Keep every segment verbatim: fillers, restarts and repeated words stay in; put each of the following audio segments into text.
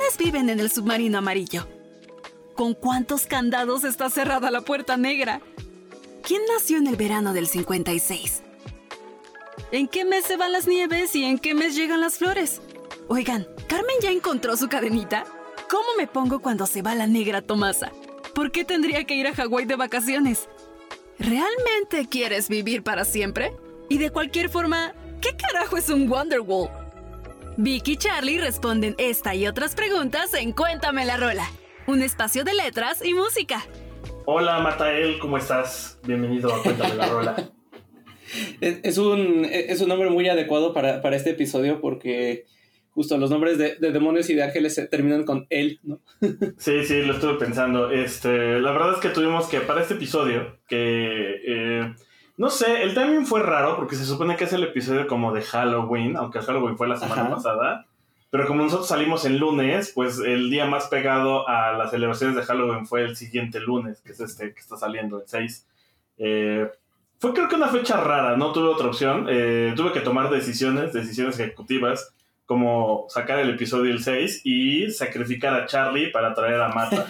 ¿Quiénes viven en el submarino amarillo? ¿Con cuántos candados está cerrada la puerta negra? ¿Quién nació en el verano del cincuenta y seis? ¿En qué mes se van las nieves y en qué mes llegan las flores? Oigan, ¿Carmen ya encontró su cadenita? ¿Cómo me pongo cuando se va la negra Tomasa? ¿Por qué tendría que ir a Hawái de vacaciones? ¿Realmente quieres vivir para siempre? Y de cualquier forma, ¿qué carajo es un Wonderwall? Vicky y Charlie responden esta y otras preguntas en Cuéntame la Rola, un espacio de letras y música. Hola Matael, ¿cómo estás? Bienvenido a Cuéntame la Rola. es, es, un, es un nombre muy adecuado para, para este episodio porque justo los nombres de, de demonios y de ángeles se terminan con él, ¿no? Sí, sí, lo estuve pensando. Este, la verdad es que tuvimos que, para este episodio, que... Eh, no sé, el timing fue raro porque se supone que es el episodio como de Halloween, aunque el Halloween fue la semana Ajá. pasada. Pero como nosotros salimos el lunes, pues el día más pegado a las celebraciones de Halloween fue el siguiente lunes, que es este que está saliendo, el seis. Eh, fue creo que una fecha rara, no tuve otra opción. Eh, tuve que tomar decisiones, decisiones ejecutivas, como sacar el episodio el seis y sacrificar a Charlie para traer a Mata.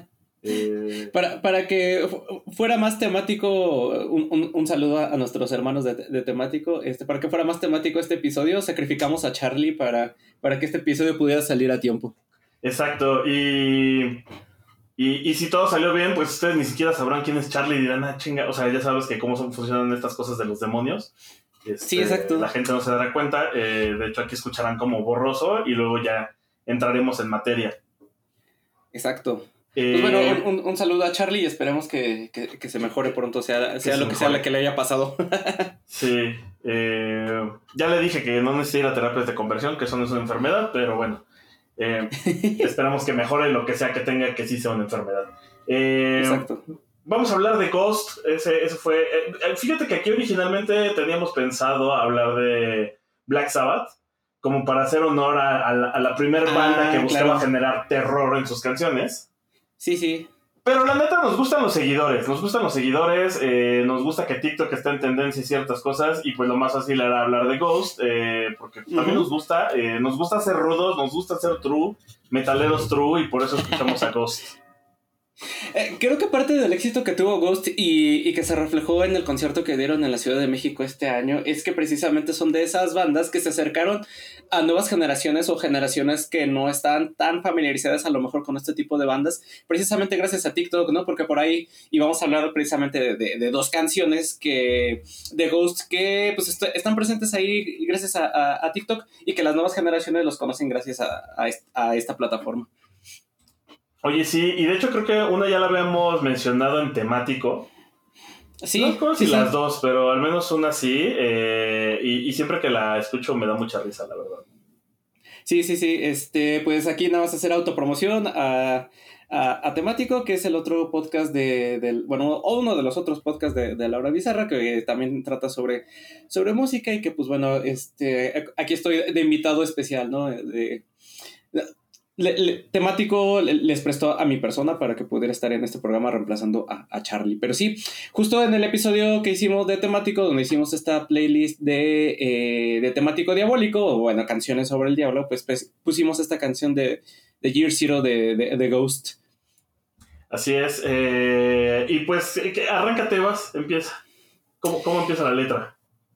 Eh... Para, para que fuera más temático, un, un, un saludo a, a nuestros hermanos de, de temático, este, para que fuera más temático este episodio, sacrificamos a Charlie para, para que este episodio pudiera salir a tiempo. Exacto, y, y, y si todo salió bien, pues ustedes ni siquiera sabrán quién es Charlie y dirán, ah, chinga, o sea, ya sabes que cómo son, funcionan estas cosas de los demonios. Este, sí, exacto. La gente no se dará cuenta, eh, de hecho aquí escucharán como borroso y luego ya entraremos en materia. Exacto. Pues bueno, un, un, un saludo a Charlie y esperemos que, que, que se mejore pronto, sea, sea lo que sea la que le haya pasado. Sí, eh, ya le dije que no necesita ir a terapias de conversión, que eso no es una enfermedad, pero bueno, eh, esperamos que mejore lo que sea que tenga, que sí sea una enfermedad. Eh, Exacto. Vamos a hablar de Ghost, ese, ese fue... Eh, fíjate que aquí originalmente teníamos pensado hablar de Black Sabbath, como para hacer honor a, a la, a la primera banda ah, que buscaba claro. generar terror en sus canciones. Sí, sí. Pero la neta nos gustan los seguidores, nos gustan los seguidores, eh, nos gusta que TikTok esté en tendencia y ciertas cosas, y pues lo más fácil era hablar de Ghost, eh, porque uh-huh. también nos gusta, eh, nos gusta ser rudos, nos gusta ser true, metaleros true, y por eso escuchamos a Ghost. Eh, creo que parte del éxito que tuvo Ghost y, y que se reflejó en el concierto que dieron en la Ciudad de México este año es que precisamente son de esas bandas que se acercaron a nuevas generaciones o generaciones que no están tan familiarizadas a lo mejor con este tipo de bandas, precisamente gracias a TikTok, ¿no? Porque por ahí íbamos a hablar precisamente de, de, de dos canciones que de Ghost que pues est- están presentes ahí gracias a, a, a TikTok y que las nuevas generaciones los conocen gracias a, a, est- a esta plataforma. Oye, sí, y de hecho creo que una ya la habíamos mencionado en temático. Sí. No recuerdo si sí, las sí. dos, pero al menos una sí. Eh, y, y siempre que la escucho me da mucha risa, la verdad. Sí, sí, sí. Este, pues aquí nada más hacer autopromoción a, a, a Temático, que es el otro podcast de, del, bueno, o uno de los otros podcasts de, de Laura Bizarra, que también trata sobre, sobre música y que, pues bueno, este, aquí estoy de invitado especial, ¿no? De, de, Le, le, temático les prestó a mi persona para que pudiera estar en este programa reemplazando a, a Charlie. Pero sí, justo en el episodio que hicimos de Temático, donde hicimos esta playlist de, eh, de Temático Diabólico, o bueno, canciones sobre el diablo, pues, pues pusimos esta canción de, de Year Zero de, de, de Ghost. Así es. Eh, y pues, arráncate, vas, empieza. ¿Cómo, cómo empieza la letra?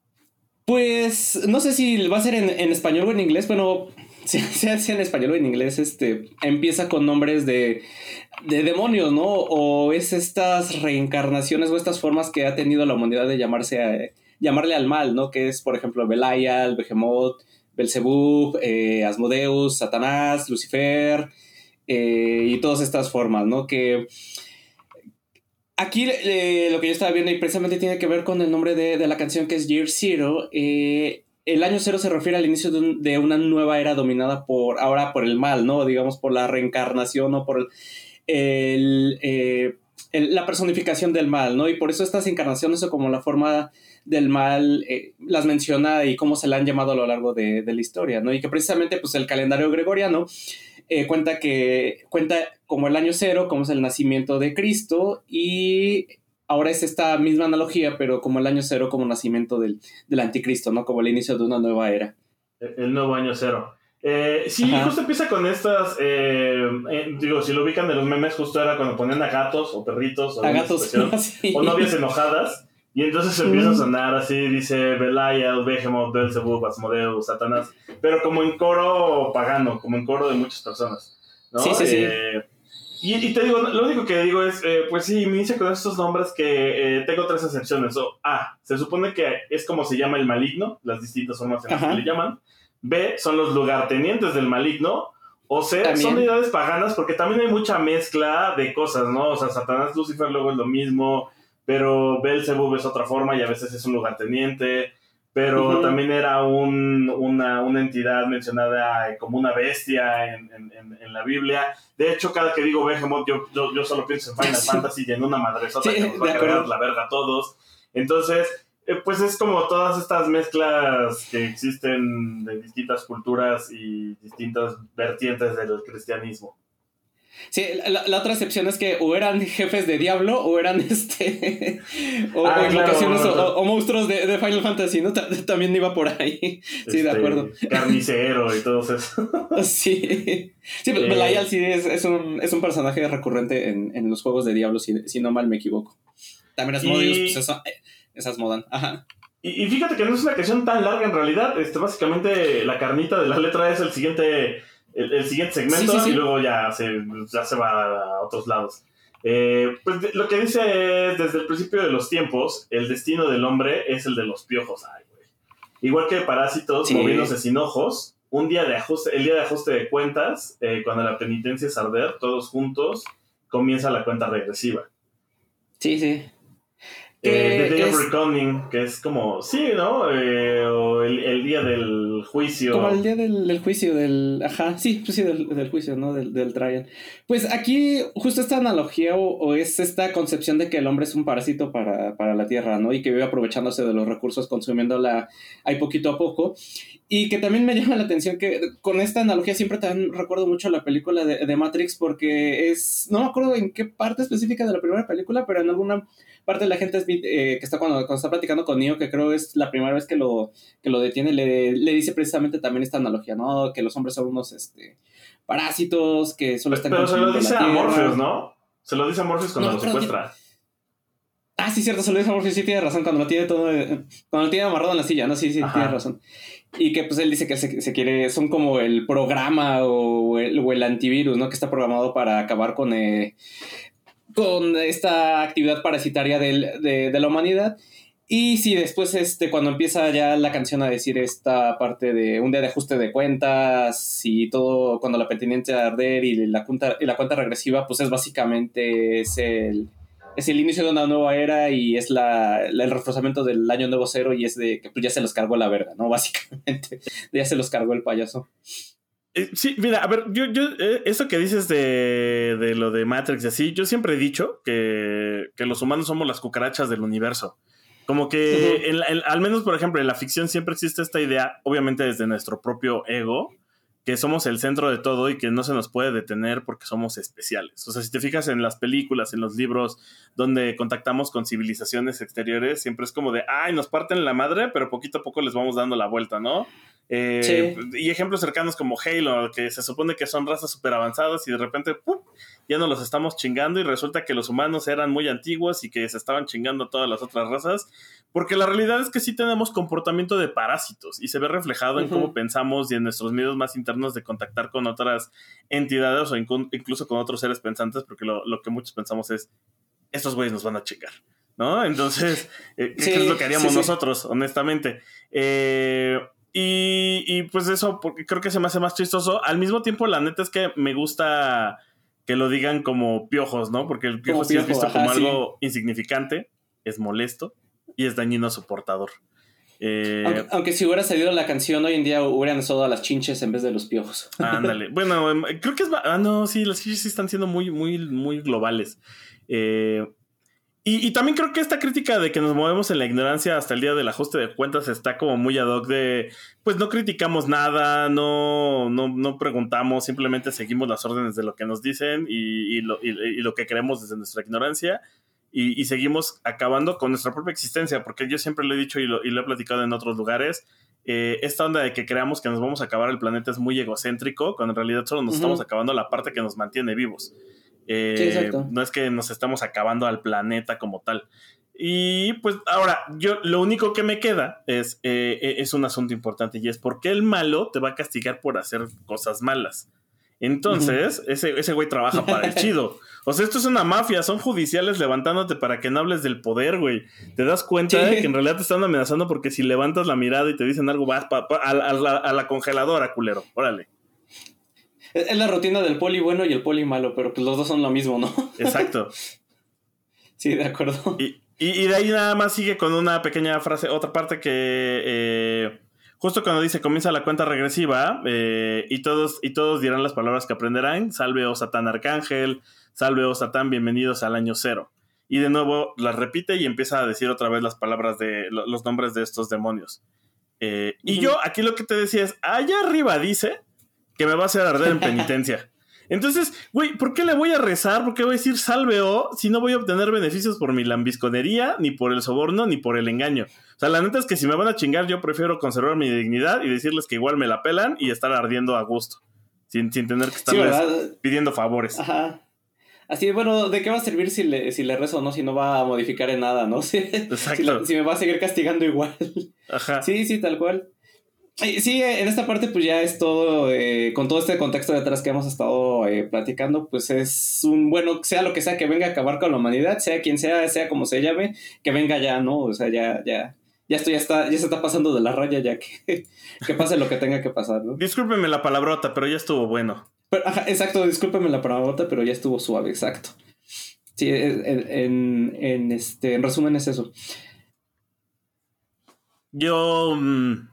Pues, no sé si va a ser en, en español o en inglés, bueno... Si sea en español o en inglés, este, empieza con nombres de, de demonios, ¿no? O es estas reencarnaciones o estas formas que ha tenido la humanidad de llamarse a, llamarle al mal, ¿no? Que es, por ejemplo, Belial, Behemoth, Belzebub, eh, Asmodeus, Satanás, Lucifer, eh, y todas estas formas, ¿no? Que aquí eh, lo que yo estaba viendo y precisamente tiene que ver con el nombre de, de la canción, que es Year Zero. eh, El año cero se refiere al inicio de, un, de una nueva era dominada por, ahora por el mal, ¿no? Digamos, por la reencarnación o por el, el, eh, el, la personificación del mal, ¿no? Y por eso estas encarnaciones o como la forma del mal eh, las menciona y cómo se la han llamado a lo largo de, de la historia, ¿no? Y que precisamente, pues, el calendario gregoriano eh, cuenta que, cuenta como el año cero, como es el nacimiento de Cristo, y... ahora es esta misma analogía, pero como el año cero, como nacimiento del, del anticristo, ¿no? Como el inicio de una nueva era. El, el nuevo año cero. Eh, sí, Ajá. justo empieza con estas, eh, eh, digo, si lo ubican de los memes, justo era cuando ponían a gatos o perritos o, A alguna gatos. situación, Sí. o novias enojadas, y entonces empieza a sonar así, dice Belial, Behemoth, Beelzebub, Asmodeus, Satanás, pero como en coro pagano, como en coro de muchas personas, ¿no? Sí, sí, sí. Eh, y, y te digo, lo único que digo es, eh, pues sí, me inicia con estos nombres que eh, tengo tres excepciones. O, A, se supone que es como se llama el maligno, las distintas formas en las Ajá. que le llaman. B, son los lugartenientes del maligno. O C, También. son deidades paganas, porque también hay mucha mezcla de cosas, ¿no? O sea, Satanás, Lucifer luego es lo mismo, pero Beelzebub es otra forma y a veces es un lugarteniente, pero Ujú. también era un, una, una entidad mencionada como una bestia en, en, en, en la Biblia. De hecho, cada que digo Behemoth, yo, yo, yo solo pienso en Final Sí. Fantasy y en una madresota Sí, que nos va de a cargar acuerdo. la verga a todos. Entonces, eh, pues es como todas estas mezclas que existen de distintas culturas y distintas vertientes del cristianismo. Sí, la, la otra excepción es que o eran jefes de Diablo o eran este o, Ah, o invocaciones claro, o, o monstruos de, de Final Fantasy, ¿no? Ta- también iba por ahí. Sí, este, de acuerdo. Carnicero y todo eso. Sí. Sí, pues Eh, Belial sí es, es, un, es un personaje recurrente en, en los juegos de Diablo, si, si no mal me equivoco. También Asmodeus, pues y, eso, es Asmodan. Ajá. y, y fíjate que no es una canción tan larga en realidad. Este, básicamente la carnita de la letra es el siguiente, el, el siguiente segmento Sí, sí, sí. y luego ya se, ya se va a otros lados. Eh, pues de, lo que dice es, desde el principio de los tiempos, el destino del hombre es el de los piojos. Ay, güey. Igual que parásitos Sí. moviéndose sin ojos, un día de ajuste, el día de ajuste de cuentas, eh, cuando la penitencia es arder, todos juntos, comienza la cuenta regresiva. Sí, sí. Eh, The Que Day of es Reckoning, que es como, sí, ¿no? Eh, o el, el día del juicio. como el día del, del juicio, del... Ajá, sí, pues sí, del, del juicio, ¿no? Del, del trial. Pues aquí justo esta analogía o, o es esta concepción de que el hombre es un parásito para, para la tierra, ¿no? Y que vive aprovechándose de los recursos, consumiéndola ahí poquito a poco. Y que también me llama la atención que con esta analogía siempre también recuerdo mucho la película de, de Matrix porque es... No me acuerdo en qué parte específica de la primera película, pero en alguna parte de la gente eh, que está cuando, cuando está platicando con Neo, que creo es la primera vez que lo, que lo detiene, le, le dice precisamente también esta analogía, ¿no? Que los hombres son unos este, parásitos que solo están Pero se lo consumiendo dice la a tierra. Morpheus, ¿no? Se lo dice a Morpheus cuando No, lo pero secuestra. Ah, sí, cierto, se lo dice a Morpheus, sí tiene razón, cuando lo tiene todo, cuando lo tiene amarrado en la silla, ¿no? Sí, sí, Ajá. tiene razón. Y que pues él dice que se, se quiere, son como el programa o el, o el antivirus, ¿no? Que está programado para acabar con, eh, con esta actividad parasitaria del, de, de la humanidad. Y sí, después este, cuando empieza ya la canción a decir esta parte de un día de ajuste de cuentas y todo, cuando la penitencia a arder y la cuenta, y la cuenta regresiva, pues es básicamente es el, es el inicio de una nueva era y es la, la, el reforzamiento del año nuevo cero y es de que pues ya se los cargó la verga, ¿no? Básicamente, ya se los cargó el payaso. Eh, sí, mira, a ver, yo, yo eh, eso que dices de, de lo de Matrix y así, yo siempre he dicho que, que los humanos somos las cucarachas del universo. Como que, Uh-huh. en, en, al menos, por ejemplo, en la ficción siempre existe esta idea, obviamente desde nuestro propio ego, que somos el centro de todo y que no se nos puede detener porque somos especiales. O sea, si te fijas en las películas, en los libros donde contactamos con civilizaciones exteriores, siempre es como de, ay, nos parten la madre, pero poquito a poco les vamos dando la vuelta, ¿no? Eh, sí. Y ejemplos cercanos como Halo, que se supone que son razas súper avanzadas y de repente ¡pum!, ya nos los estamos chingando y resulta que los humanos eran muy antiguos y que se estaban chingando a todas las otras razas, porque la realidad es que sí tenemos comportamiento de parásitos y se ve reflejado en uh-huh. cómo pensamos y en nuestros miedos más internos de contactar con otras entidades o inc- incluso con otros seres pensantes, porque lo, lo que muchos pensamos es, estos güeyes nos van a chingar, ¿no? Entonces, eh, sí, ¿qué es lo que haríamos sí, nosotros, sí. honestamente? Eh... Y, y pues eso, porque creo que se me hace más chistoso. Al mismo tiempo, la neta es que me gusta que lo digan como piojos, ¿no? Porque el piojo como sí piojo, es visto ajá, como sí. algo insignificante, es molesto y es dañino a su portador. Eh, aunque, aunque si hubiera salido la canción hoy en día hubieran usado a las chinches en vez de los piojos. Ándale. Bueno, creo que es... Ah, no, sí, las chinches sí están siendo muy, muy, muy globales. Eh... Y, y también creo que esta crítica de que nos movemos en la ignorancia hasta el día del ajuste de cuentas está como muy ad hoc de, pues no criticamos nada, no, no, no preguntamos, simplemente seguimos las órdenes de lo que nos dicen y, y, lo, y, y lo que creemos desde nuestra ignorancia y, y seguimos acabando con nuestra propia existencia, porque yo siempre lo he dicho y lo, y lo he platicado en otros lugares, eh, esta onda de que creamos que nos vamos a acabar el planeta es muy egocéntrico, cuando en realidad solo nos uh-huh. estamos acabando la parte que nos mantiene vivos. Eh, sí, exacto. No es que nos estamos acabando al planeta como tal. Y pues ahora, yo lo único que me queda es, eh, es un asunto importante, y es por qué el malo te va a castigar por hacer cosas malas. Entonces, uh-huh. ese, ese güey trabaja para el chido. O sea, esto es una mafia, son judiciales levantándote para que no hables del poder, güey. Te das cuenta sí. de que en realidad te están amenazando porque si levantas la mirada y te dicen algo, vas pa, pa, a, a, la, a la congeladora, culero. Órale. Es la rutina del poli bueno y el poli malo, pero pues los dos son lo mismo, ¿no? Exacto. Sí, de acuerdo. Y, y, y de ahí nada más sigue con una pequeña frase, otra parte que... Eh, justo cuando dice comienza la cuenta regresiva eh, y, todos, y todos dirán las palabras que aprenderán. Salve, oh Satán Arcángel. Salve, oh Satán, bienvenidos al año cero. Y de nuevo las repite y empieza a decir otra vez las palabras de... los nombres de estos demonios. Eh, uh-huh. Y yo aquí lo que te decía es, allá arriba dice... que me va a hacer arder en penitencia. Entonces, güey, ¿por qué le voy a rezar? ¿Por qué voy a decir salve o si no voy a obtener beneficios por mi lambisconería, ni por el soborno, ni por el engaño? O sea, la neta es que si me van a chingar, yo prefiero conservar mi dignidad y decirles que igual me la pelan y estar ardiendo a gusto, sin, sin tener que estarles sí, pidiendo favores. Ajá. Así, bueno, ¿de qué va a servir si le, si le rezo o no? Si no va a modificar en nada, ¿no? Si, Exacto. Si, la, si me va a seguir castigando igual. Ajá. Sí, sí, tal cual. Sí, en esta parte pues ya es todo, eh, con todo este contexto de atrás que hemos estado eh, platicando, pues es un, bueno, sea lo que sea que venga a acabar con la humanidad, sea quien sea, sea como se llame, que venga ya, ¿no? O sea, ya, ya, ya esto ya está, ya se está pasando de la raya, ya que, que pase lo que tenga que pasar, ¿no? Discúlpeme la palabrota, pero ya estuvo bueno. Pero, ajá, exacto, discúlpeme la palabrota, pero ya estuvo suave, exacto. Sí, en, en, en, este, en resumen es eso. Yo... Mmm...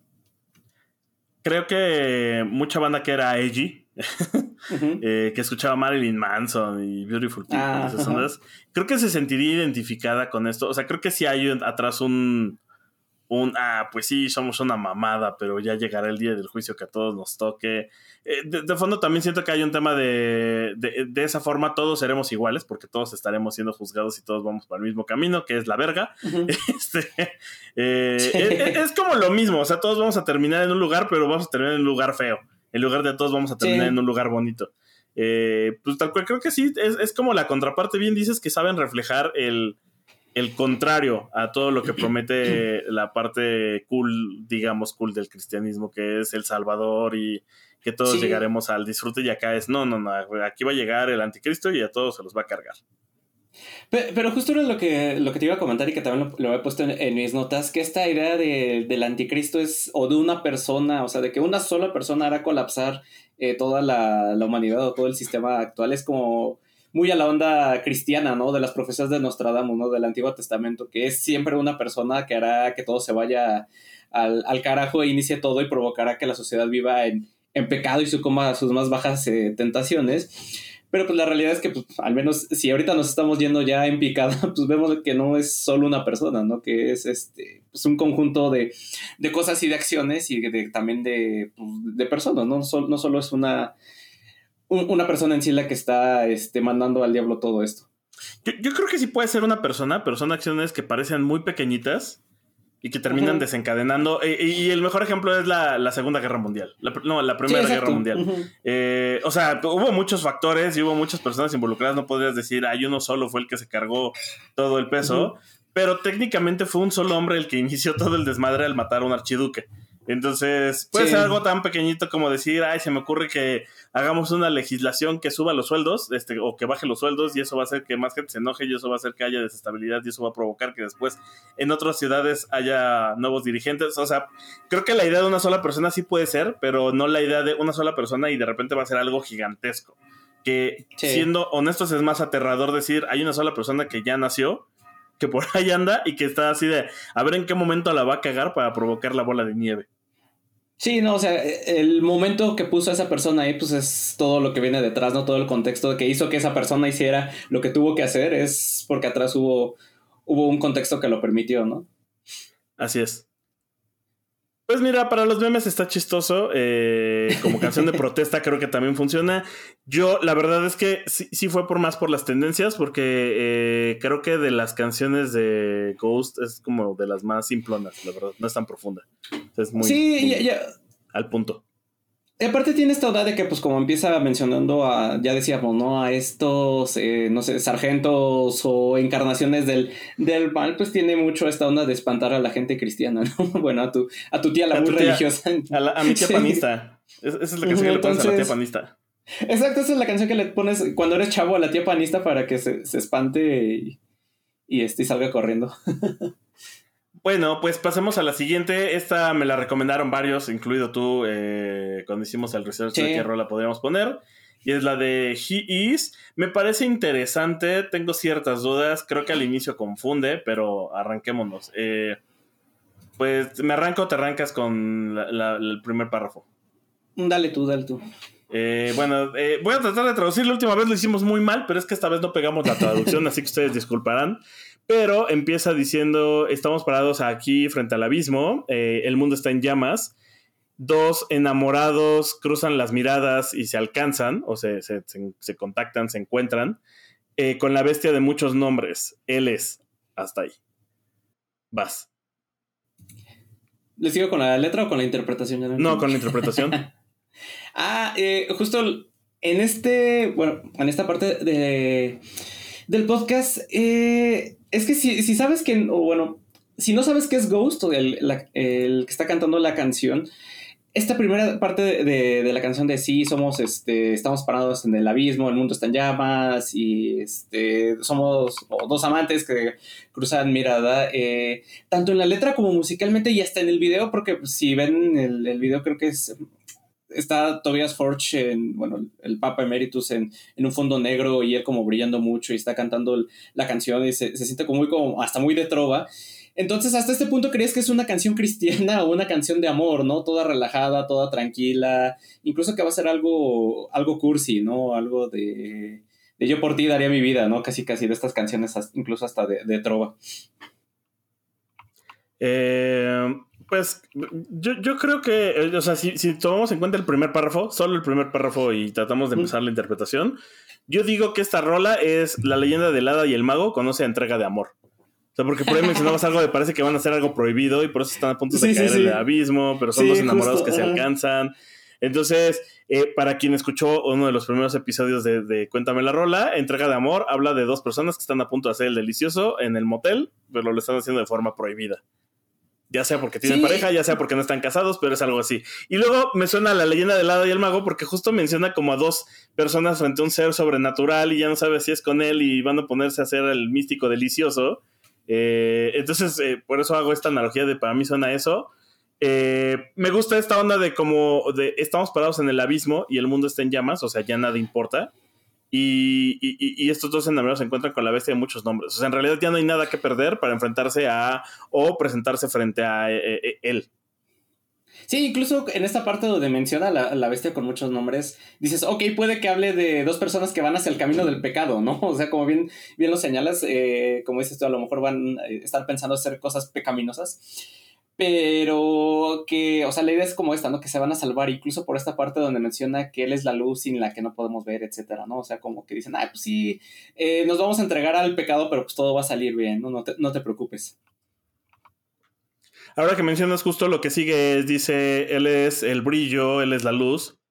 creo que mucha banda que era edgy, uh-huh. eh, que escuchaba Marilyn Manson y Beautiful People, ah, esas ondas, creo que se sentiría identificada con esto. O sea, creo que sí hay atrás un, un, ah, pues sí, somos una mamada, pero ya llegará el día del juicio que a todos nos toque. Eh, de, de fondo también siento que hay un tema de, de, de esa forma todos seremos iguales, porque todos estaremos siendo juzgados y todos vamos por el mismo camino, que es la verga. Uh-huh. Este, eh, sí. es, es como lo mismo, o sea, todos vamos a terminar en un lugar, pero vamos a terminar en un lugar feo. En lugar de todos vamos a terminar sí. en un lugar bonito. Eh, pues tal cual, creo que sí, es, es como la contraparte. Bien dices que saben reflejar el... el contrario a todo lo que promete la parte cool, digamos, cool del cristianismo, que es el Salvador y que todos sí. llegaremos al disfrute, y acá es, no, no, no, aquí va a llegar el anticristo y a todos se los va a cargar. Pero, pero justo era lo que, lo que te iba a comentar y que también lo, lo había puesto en, en mis notas, que esta idea de, del anticristo es, o de una persona, o sea, de que una sola persona hará colapsar eh, toda la, la humanidad o todo el sistema actual, es como... muy a la onda cristiana, ¿no? De las profecías de Nostradamus, ¿no? Del Antiguo Testamento, que es siempre una persona que hará que todo se vaya al, al carajo e inicie todo y provocará que la sociedad viva en, en pecado y sucumba a sus más bajas eh, tentaciones. Pero pues la realidad es que, pues, al menos si ahorita nos estamos yendo ya en picada, pues vemos que no es solo una persona, ¿no? Que es este pues un conjunto de, de cosas y de acciones y de, también de, pues, de personas, ¿no? No, no solo es una... una persona en sí la que está este, mandando al diablo todo esto. Yo, yo creo que sí puede ser una persona, pero son acciones que parecen muy pequeñitas y que terminan uh-huh. desencadenando. Y, y el mejor ejemplo es la, la Segunda Guerra Mundial. La, no, la Primera sí, Guerra Mundial. Uh-huh. Eh, o sea, hubo muchos factores y hubo muchas personas involucradas. No podrías decir, ah, uno solo fue el que se cargó todo el peso. Uh-huh. Pero técnicamente fue un solo hombre el que inició todo el desmadre al matar a un archiduque. Entonces, puede sí. ser algo tan pequeñito como decir, ay, se me ocurre que hagamos una legislación que suba los sueldos, este, o que baje los sueldos, y eso va a hacer que más gente se enoje, y eso va a hacer que haya desestabilidad, y eso va a provocar que después en otras ciudades haya nuevos dirigentes. O sea, creo que la idea de una sola persona sí puede ser, pero no la idea de una sola persona y de repente va a ser algo gigantesco. Que, sí. siendo honestos, es más aterrador decir, hay una sola persona que ya nació, que por ahí anda y que está así de, a ver en qué momento la va a cagar para provocar la bola de nieve. Sí, no, o sea, el momento que puso a esa persona ahí, pues es todo lo que viene detrás, ¿no? Todo el contexto que hizo que esa persona hiciera lo que tuvo que hacer es porque atrás hubo, hubo un contexto que lo permitió, ¿no? Así es. Pues mira, para los memes está chistoso. Eh, como canción de protesta creo que también funciona. Yo, la verdad es que sí, sí fue por más por las tendencias, porque eh, creo que de las canciones de Ghost es como de las más simplonas, la verdad. No es tan profunda. Es muy, sí, muy ya, ya. al punto. Y aparte tiene esta onda de que, pues, como empieza mencionando a, ya decíamos, ¿no? A estos, eh, no sé, sargentos o encarnaciones del, del mal, pues tiene mucho esta onda de espantar a la gente cristiana, ¿no? Bueno, a tu, a tu tía, la a muy tía, religiosa. A, la, a mi tía sí. panista. Es, esa es la canción que le pones a la tía panista. Exacto, esa es la canción que le pones cuando eres chavo a la tía panista para que se, se espante y, y, este, y salga corriendo. Bueno, pues pasemos a la siguiente. Esta me la recomendaron varios, incluido tú, eh, cuando hicimos el research sí. de qué rola podríamos poner. Y es la de He Is. Me parece interesante, tengo ciertas dudas. Creo que al inicio confunde, pero arranquémonos. Eh, pues me arranco o te arrancas con la, la, el primer párrafo. Dale tú, dale tú. Eh, bueno, eh, voy a tratar de traducir. La última vez lo hicimos muy mal, pero es que esta vez no pegamos la traducción, así que ustedes disculparán. Pero empieza diciendo, estamos parados aquí frente al abismo, eh, el mundo está en llamas, dos enamorados cruzan las miradas y se alcanzan, o se, se, se, se contactan, se encuentran, eh, con la bestia de muchos nombres. Él es, hasta ahí. Vas. ¿Le sigo con la letra o con la interpretación? No, no con la interpretación. ah, eh, justo en este, bueno, en esta parte de... del podcast, eh, es que si, si sabes que, o bueno, si no sabes qué es Ghost, o el, la, el que está cantando la canción, esta primera parte de, de, de la canción de sí, somos, este, estamos parados en el abismo, el mundo está en llamas, y este, somos oh, dos amantes que cruzan mirada, eh, tanto en la letra como musicalmente y hasta en el video, porque si ven el, el video creo que es... Está Tobias Forge, en, bueno, el Papa Emeritus en, en un fondo negro y él como brillando mucho y está cantando el, la canción y se, se siente como muy, como hasta muy de trova. Entonces hasta este punto crees que es una canción cristiana o una canción de amor, ¿no? Toda relajada, toda tranquila, incluso que va a ser algo, algo cursi, ¿no? Algo de, de yo por ti daría mi vida, ¿no? Casi casi de estas canciones, incluso hasta de, de trova. Eh... Pues yo, yo creo que, o sea, si, si tomamos en cuenta el primer párrafo, solo el primer párrafo y tratamos de empezar la interpretación, yo digo que esta rola es la leyenda del hada y el mago conoce entrega de amor. O sea, porque por ahí mencionabas algo de parece que van a hacer algo prohibido y por eso están a punto de sí, caer sí, sí. en el abismo, pero son sí, dos enamorados justo, que uh-huh. se alcanzan. Entonces, eh, para quien escuchó uno de los primeros episodios de, de Cuéntame la rola, entrega de amor habla de dos personas que están a punto de hacer el delicioso en el motel, pero lo están haciendo de forma prohibida. Ya sea porque tienen sí. pareja, ya sea porque no están casados, pero es algo así. Y luego me suena la leyenda del hada y el mago porque justo menciona como a dos personas frente a un ser sobrenatural y ya no sabe si es con él y van a ponerse a hacer el místico delicioso. Eh, entonces, eh, por eso hago esta analogía de para mí suena eso. Eh, me gusta esta onda de como de estamos parados en el abismo y el mundo está en llamas, o sea, ya nada importa. Y, y, y estos dos enamorados se encuentran con la bestia de muchos nombres. O sea, en realidad ya no hay nada que perder para enfrentarse a o presentarse frente a eh, eh, él. Sí, incluso en esta parte donde menciona la, la bestia con muchos nombres, dices, ok, puede que hable de dos personas que van hacia el camino del pecado, ¿no? O sea, como bien, bien lo señalas, eh, como dices tú, a lo mejor van a estar pensando hacer cosas pecaminosas. Pero que, o sea, la idea es como esta, ¿no? Que se van a salvar, incluso por esta parte donde menciona que él es la luz sin la que no podemos ver, etcétera, ¿no? O sea, como que dicen, ah, pues sí, eh, nos vamos a entregar al pecado, pero pues todo va a salir bien, ¿no? No te, no te preocupes. Ahora que mencionas justo lo que sigue es, dice, él es el brillo, él es la luz,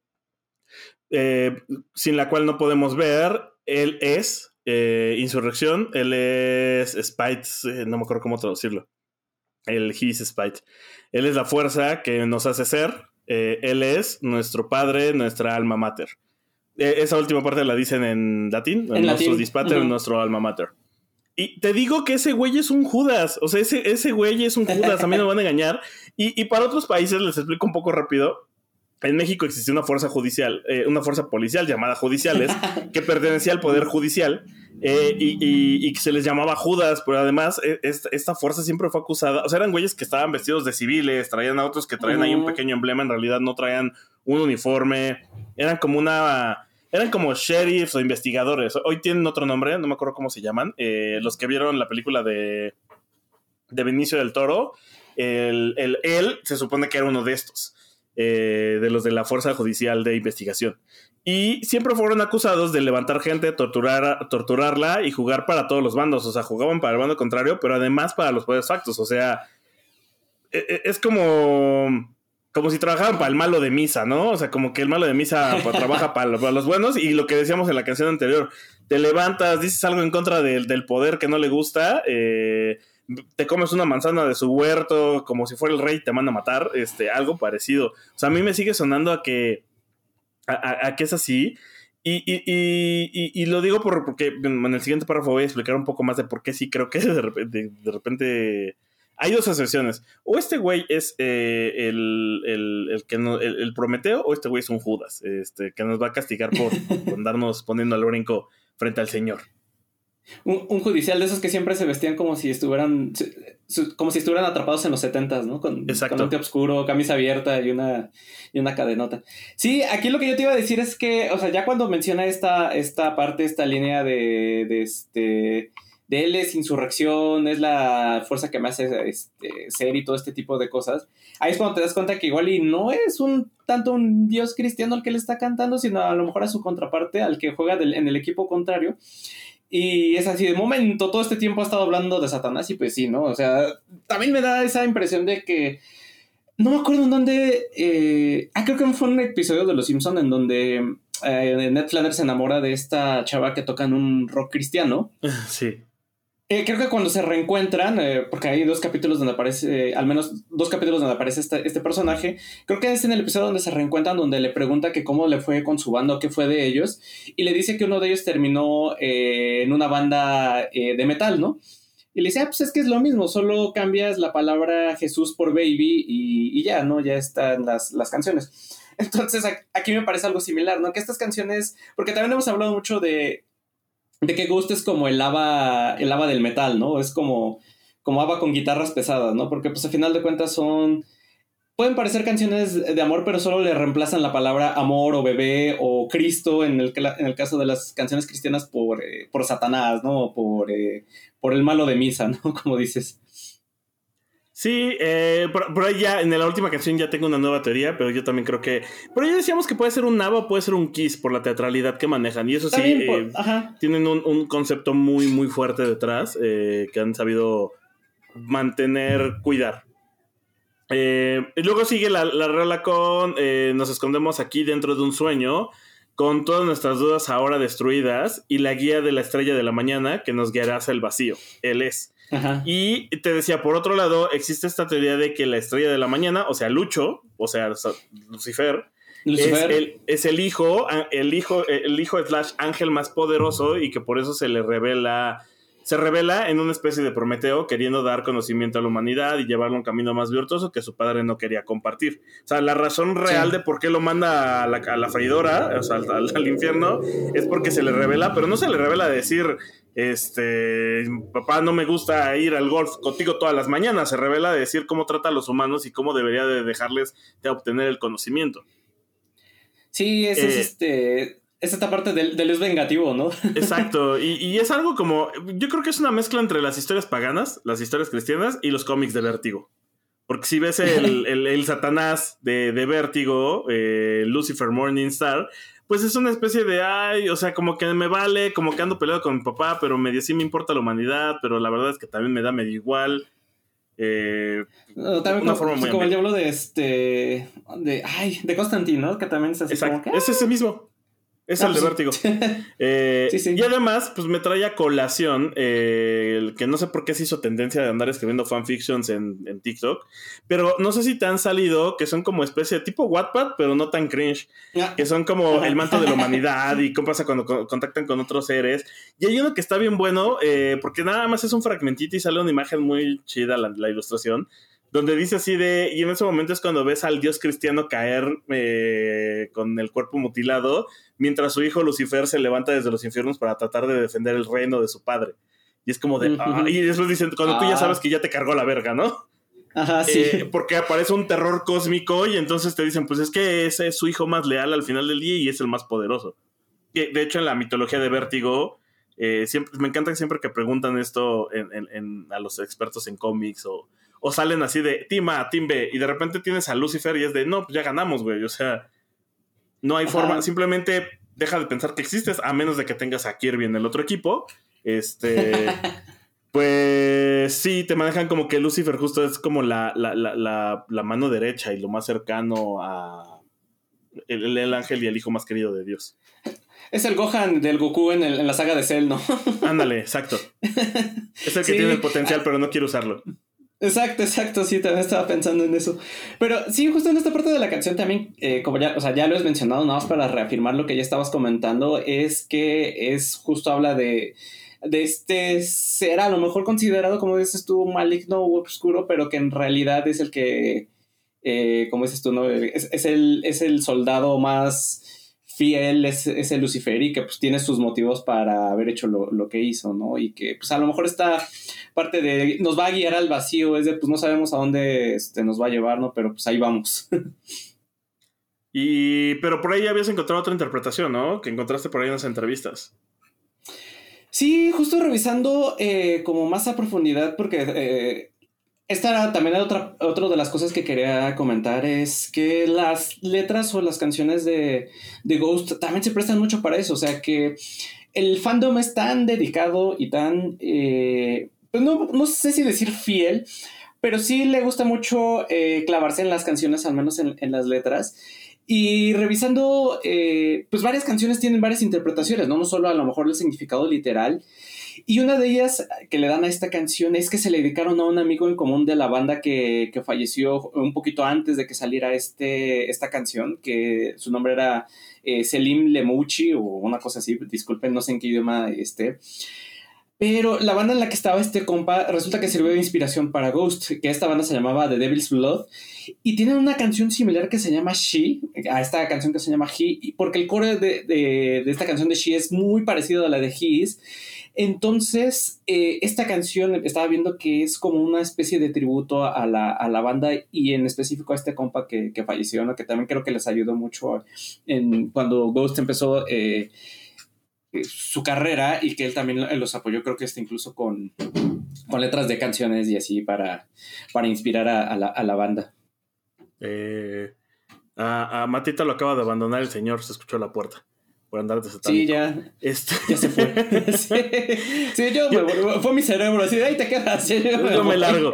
eh, sin la cual no podemos ver, él es eh, insurrección, él es Spite, eh, no me acuerdo cómo traducirlo. El His Spite. Él es la fuerza que nos hace ser. Eh, él es nuestro padre, nuestra alma mater. Eh, esa última parte la dicen en latín. En nuestro dispater, uh-huh. nuestro alma mater. Y te digo que ese güey es un Judas. O sea, ese, ese güey es un Judas. A mí no me van a engañar. Y, y para otros países, les explico un poco rápido. En México existía una fuerza judicial, eh, una fuerza policial llamada Judiciales, que pertenecía al Poder Judicial. Eh, y, y, y que se les llamaba Judas, pero además esta, esta fuerza siempre fue acusada, o sea, eran güeyes que estaban vestidos de civiles, traían a otros que traían uh-huh. ahí un pequeño emblema, en realidad no traían un uniforme, eran como una, eran como sheriffs o investigadores, hoy tienen otro nombre, no me acuerdo cómo se llaman, eh, los que vieron la película de, de Benicio del Toro, el, el, él se supone que era uno de estos, eh, de los de la Fuerza Judicial de Investigación. Y siempre fueron acusados de levantar gente, torturar, torturarla y jugar para todos los bandos. O sea, jugaban para el bando contrario, pero además para los poderes factos. O sea, es como... como si trabajaran para el malo de misa, ¿no? O sea, como que el malo de misa pues, trabaja para, para los buenos. Y lo que decíamos en la canción anterior, te levantas, dices algo en contra del, del poder que no le gusta, eh, te comes una manzana de su huerto como si fuera el rey y te manda a matar, este, algo parecido. O sea, a mí me sigue sonando a que, a, a, a que es así. Y, y, y, y, y lo digo por, porque en el siguiente párrafo voy a explicar un poco más de por qué sí creo que de repente... De repente hay dos asociaciones. O este güey es eh, el, el, el, que no, el, el Prometeo, o este güey es un Judas, este, que nos va a castigar por, por andarnos poniendo al brinco frente al Señor. Un, un judicial de esos que siempre se vestían como si estuvieran como si estuvieran atrapados en los setentas, ¿no? Con, Exacto. Con un té oscuro, camisa abierta y una, y una cadenota. Sí, aquí lo que yo te iba a decir es que, o sea, ya cuando menciona esta, esta parte, esta línea de, de este... de él es insurrección, es la fuerza que me hace este, ser y todo este tipo de cosas. Ahí es cuando te das cuenta que igual y no es un tanto un dios cristiano al que le está cantando, sino a lo mejor a su contraparte, al que juega del, en el equipo contrario. Y es así, de momento, todo este tiempo ha estado hablando de Satanás y pues sí, ¿no? O sea, también me da esa impresión de que... No me acuerdo en dónde... Eh, ah, creo que fue un episodio de Los Simpson en donde eh, Ned Flanders se enamora de esta chava que toca en un rock cristiano. Sí. Eh, creo que cuando se reencuentran, eh, porque hay dos capítulos donde aparece, eh, al menos dos capítulos donde aparece este, este personaje, creo que es en el episodio donde se reencuentran, donde le pregunta que cómo le fue con su banda, qué fue de ellos, y le dice que uno de ellos terminó eh, en una banda eh, de metal, ¿no? Y le dice, ah, pues es que es lo mismo, solo cambias la palabra Jesús por baby y, y ya, ¿no? Ya están las, las canciones. Entonces aquí me parece algo similar, ¿no? Que estas canciones, porque también hemos hablado mucho de de que Ghost es como el ABBA, el ABBA del metal, ¿no? Es como, como ABBA con guitarras pesadas, ¿no? Porque pues al final de cuentas son... Pueden parecer canciones de amor, pero solo le reemplazan la palabra amor o bebé o Cristo en el, en el caso de las canciones cristianas por, eh, por Satanás, ¿no? O por, eh, por el malo de misa, ¿no? Como dices. Sí, eh, por, por ahí ya en la última canción ya tengo una nueva teoría, pero yo también creo que... Pero ya decíamos que puede ser un Nava o puede ser un Kiss por la teatralidad que manejan. Y eso sí, eh, tienen un, un concepto muy, muy fuerte detrás eh, que han sabido mantener, cuidar. Eh, y luego sigue la, la rola con eh, nos escondemos aquí dentro de un sueño, con todas nuestras dudas ahora destruidas, y la guía de la estrella de la mañana que nos guiará hacia el vacío. Él es. Ajá. Y te decía, por otro lado, existe esta teoría de que la estrella de la mañana, o sea, Lucho, o sea, Lucifer, Lucifer. Es, el, es el hijo, el hijo, el hijo slash ángel más poderoso, y que por eso se le revela, se revela en una especie de Prometeo, queriendo dar conocimiento a la humanidad y llevarlo a un camino más virtuoso que su padre no quería compartir. O sea, la razón real sí. de por qué lo manda a la, a la freidora, o sea, al, al infierno, es porque se le revela, pero no se le revela a decir... Este, papá, no me gusta ir al golf contigo todas las mañanas. Se revela de decir cómo trata a los humanos y cómo debería de dejarles de obtener el conocimiento. Sí, ese eh, es este, es esta parte del, del es vengativo, ¿no? Exacto, y, y es algo como, yo creo que es una mezcla entre las historias paganas, las historias cristianas y los cómics de Vértigo. Porque si ves el, el, el Satanás de, de Vértigo, eh, Lucifer Morningstar, pues es una especie de, ay, o sea, como que me vale, como que ando peleado con mi papá, pero medio sí me importa la humanidad, pero la verdad es que también me da medio igual. Eh, no, también una como, forma muy como el diablo de este, de, ay, de Constantine, ¿no? Que también es así. Exacto, como que, es ese mismo. Es ah, el de Vértigo. eh, sí, sí. Y además, pues me trae a colación eh, el que no sé por qué se hizo tendencia de andar escribiendo fanfictions en, en TikTok, pero no sé si te han salido que son como especie de tipo Wattpad, pero no tan cringe, ah. que son como el manto de la humanidad y cómo pasa cuando co- contactan con otros seres. Y hay uno que está bien bueno, eh, porque nada más es un fragmentito y sale una imagen muy chida la, la ilustración, donde dice así de, y en ese momento es cuando ves al dios cristiano caer eh, con el cuerpo mutilado, mientras su hijo Lucifer se levanta desde los infiernos para tratar de defender el reino de su padre. Y es como de, uh-huh. ah, y después dicen, cuando ah. tú ya sabes que ya te cargó la verga, ¿no? Ajá, sí. Eh, porque aparece un terror cósmico y entonces te dicen, pues es que ese es su hijo más leal al final del día y es el más poderoso. Que, de hecho, en la mitología de Vértigo, eh, siempre, me encanta siempre que preguntan esto en, en, en, a los expertos en cómics o o salen así de Team A, Team B, y de repente tienes a Lucifer y es de, no, pues ya ganamos, güey, o sea, no hay Ajá. forma, simplemente deja de pensar que existes, a menos de que tengas a Kirby en el otro equipo, este... Pues sí, te manejan como que Lucifer justo es como la, la, la, la, la mano derecha y lo más cercano a el, el ángel y el hijo más querido de Dios. Es el Gohan del Goku en, el, en la saga de Cell, ¿no? Ándale, exacto. Es el que sí. tiene el potencial, pero no quiere usarlo. Exacto, exacto, sí, también estaba pensando en eso. Pero sí, justo en esta parte de la canción también, eh, como ya, o sea, ya lo has mencionado, nada más para reafirmar lo que ya estabas comentando, es que es justo habla de... de este ser a lo mejor considerado, como dices tú, maligno u oscuro, pero que en realidad es el que, eh, como dices tú, ¿no? Es, es, el, es el soldado más fiel, es, es el Lucifer y que pues tiene sus motivos para haber hecho lo, lo que hizo, ¿no? Y que pues a lo mejor esta parte de nos va a guiar al vacío, es de pues no sabemos a dónde este, nos va a llevar, ¿no? Pero pues ahí vamos. Y pero por ahí ya habías encontrado otra interpretación, ¿no? Que encontraste por ahí en las entrevistas. Sí, justo revisando eh, como más a profundidad, porque eh, esta era también otra, otra de las cosas que quería comentar, es que las letras o las canciones de, de Ghost también se prestan mucho para eso, o sea que el fandom es tan dedicado y tan, eh, pues no, no sé si decir fiel, pero sí le gusta mucho eh, clavarse en las canciones, al menos en, en las letras. Y revisando, eh, pues varias canciones tienen varias interpretaciones, ¿no? No solo a lo mejor el significado literal. Y una de ellas que le dan a esta canción es que se le dedicaron a un amigo en común de la banda que, que falleció un poquito antes de que saliera este, esta canción, que su nombre era eh, Selim Lemouchi o una cosa así, disculpen, no sé en qué idioma esté. Pero la banda en la que estaba este compa resulta que sirvió de inspiración para Ghost, que esta banda se llamaba The Devil's Blood, y tienen una canción similar que se llama She, a esta canción que se llama He, porque el coro de, de, de esta canción de She es muy parecido a la de He Is. Entonces, eh, esta canción estaba viendo que es como una especie de tributo a la, a la banda y en específico a este compa que, que falleció, ¿no? Que también creo que les ayudó mucho en, cuando Ghost empezó... Eh, su carrera y que él también los apoyó, creo que este incluso con, con letras de canciones y así para, para inspirar a, a, la, a la banda. Eh, a, a Matita lo acaba de abandonar el señor, se escuchó a la puerta por andar de satánico. Sí, ya, este... ya se fue. sí, sí, yo, yo me, fue mi cerebro, así de ahí te quedas. Yo, yo me, me largo.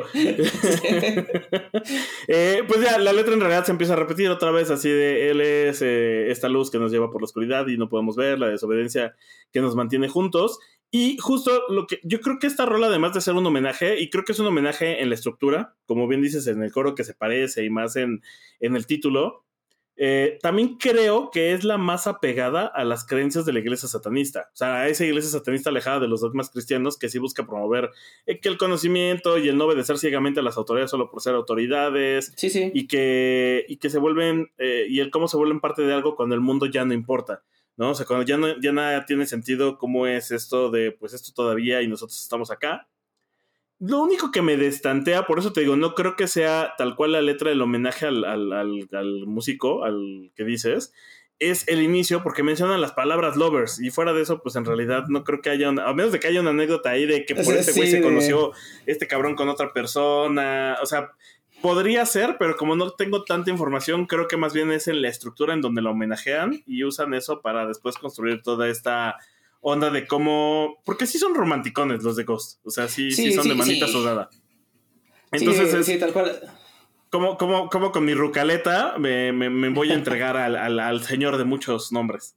eh, pues ya, la letra en realidad se empieza a repetir otra vez, así de él es eh, esta luz que nos lleva por la oscuridad y no podemos ver, la desobediencia que nos mantiene juntos. Y justo lo que yo creo que esta rola, además de ser un homenaje, y creo que es un homenaje en la estructura, como bien dices, en el coro que se parece y más en, en el título, Eh, también creo que es la más apegada a las creencias de la iglesia satanista, o sea, a esa iglesia satanista alejada de los dogmas cristianos que sí busca promover eh, que el conocimiento y el no obedecer ciegamente a las autoridades solo por ser autoridades, sí, sí. y que y que se vuelven eh, y el cómo se vuelven parte de algo cuando el mundo ya no importa, ¿no? O sea, cuando ya, no, ya nada tiene sentido, cómo es esto de pues esto todavía y nosotros estamos acá. Lo único que me destantea, por eso te digo, no creo que sea tal cual la letra del homenaje al, al, al, al músico, al que dices, es el inicio, porque mencionan las palabras lovers, y fuera de eso, pues en realidad no creo que haya, una, a menos de que haya una anécdota ahí de que por sí, este güey sí, se conoció de... este cabrón con otra persona, o sea, podría ser, pero como no tengo tanta información, creo que más bien es en la estructura en donde la homenajean y usan eso para después construir toda esta... onda de cómo... Porque sí son romanticones los de Ghost. O sea, sí, sí, sí son sí, de manita sí. sudada. Entonces sí, es... Sí, tal cual. Como, como, como con mi rucaleta me, me, me voy a entregar al, al, al señor de muchos nombres.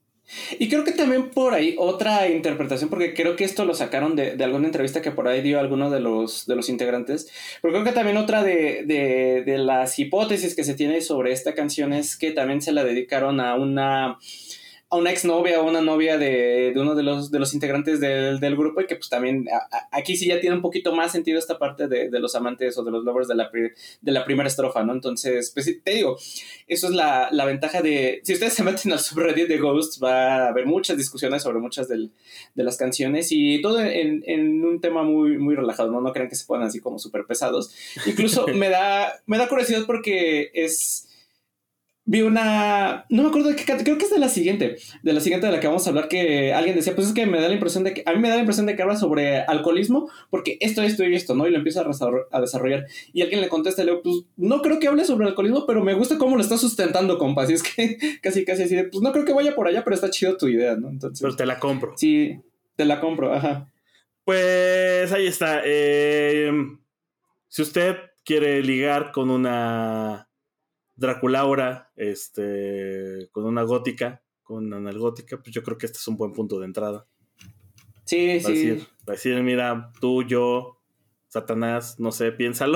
Y creo que también por ahí otra interpretación, porque creo que esto lo sacaron de, de alguna entrevista que por ahí dio alguno de los, de los integrantes, pero creo que también otra de, de, de las hipótesis que se tiene sobre esta canción es que también se la dedicaron a una... a una exnovia o una novia de, de uno de los, de los integrantes del, del grupo y que pues también a, a, aquí sí ya tiene un poquito más sentido esta parte de, de los amantes o de los lovers de la, de la primera estrofa, ¿no? Entonces, pues te digo, eso es la, la ventaja de... Si ustedes se meten al subreddit de Ghost, va a haber muchas discusiones sobre muchas del, de las canciones y todo en, en un tema muy, muy relajado, ¿no? No crean que se pongan así como súper pesados. Incluso me da, me da curiosidad porque es... vi una, no me acuerdo de qué, creo que es de la siguiente, de la siguiente de la que vamos a hablar, que alguien decía, pues es que me da la impresión de que, a mí me da la impresión de que habla sobre alcoholismo, porque esto, esto y esto, ¿no? Y lo empieza a desarrollar, y alguien le contesta, le digo, pues no creo que hable sobre alcoholismo, pero me gusta cómo lo está sustentando, compa, así es que casi, casi así, de, pues no creo que vaya por allá, pero está chido tu idea, ¿no? Entonces, pero te la compro. Sí, te la compro, ajá. Pues ahí está. Eh, si usted quiere ligar con una Draculaura, este, con una gótica, con una analgótica, pues yo creo que este es un buen punto de entrada. Sí, va sí. A decir, va a decir, mira, tú, yo, Satanás, no sé, piénsalo.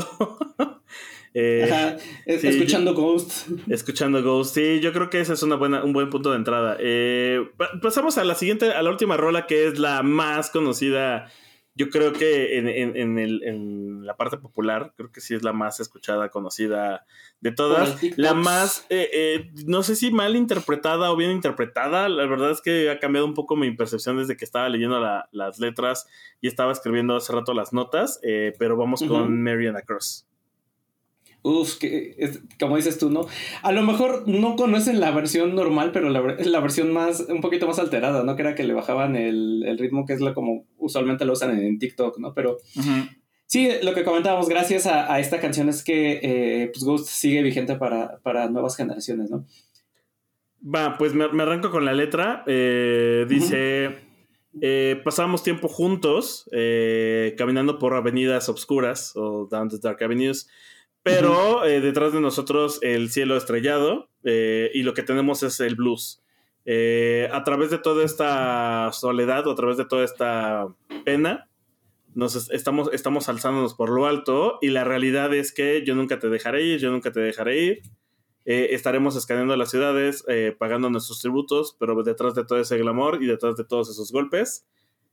eh, Ajá, es, sí, escuchando yo, Ghost. Escuchando Ghost, sí, yo creo que ese es una buena, un buen punto de entrada. Eh, pasamos a la siguiente, a la última rola, que es la más conocida. Yo creo que en, en, en, el, en la parte popular, creo que sí es la más escuchada, conocida de todas. La más, eh, eh, no sé si mal interpretada o bien interpretada. La verdad es que ha cambiado un poco mi percepción desde que estaba leyendo la, las letras y estaba escribiendo hace rato las notas. Eh, pero vamos uh-huh. con Mariana Cross. Uf, que es, como dices tú, ¿no? A lo mejor no conocen la versión normal, pero la, la versión más, un poquito más alterada, ¿no? Que era que le bajaban el, el ritmo, que es la como usualmente lo usan en, en TikTok, ¿no? Pero uh-huh. sí, lo que comentábamos, gracias a, a esta canción es que eh, pues Ghost sigue vigente para, para nuevas generaciones, ¿no? Va, pues me, me arranco con la letra. Eh, dice... Uh-huh. Eh, pasamos tiempo juntos, eh, caminando por avenidas obscuras o down the dark avenues. Pero uh-huh. eh, detrás de nosotros el cielo estrellado eh, y lo que tenemos es el blues. Eh, a través de toda esta soledad o a través de toda esta pena, nos es, estamos, estamos alzándonos por lo alto y la realidad es que yo nunca te dejaré ir, yo nunca te dejaré ir. Eh, estaremos escaneando las ciudades, eh, pagando nuestros tributos, pero detrás de todo ese glamour y detrás de todos esos golpes,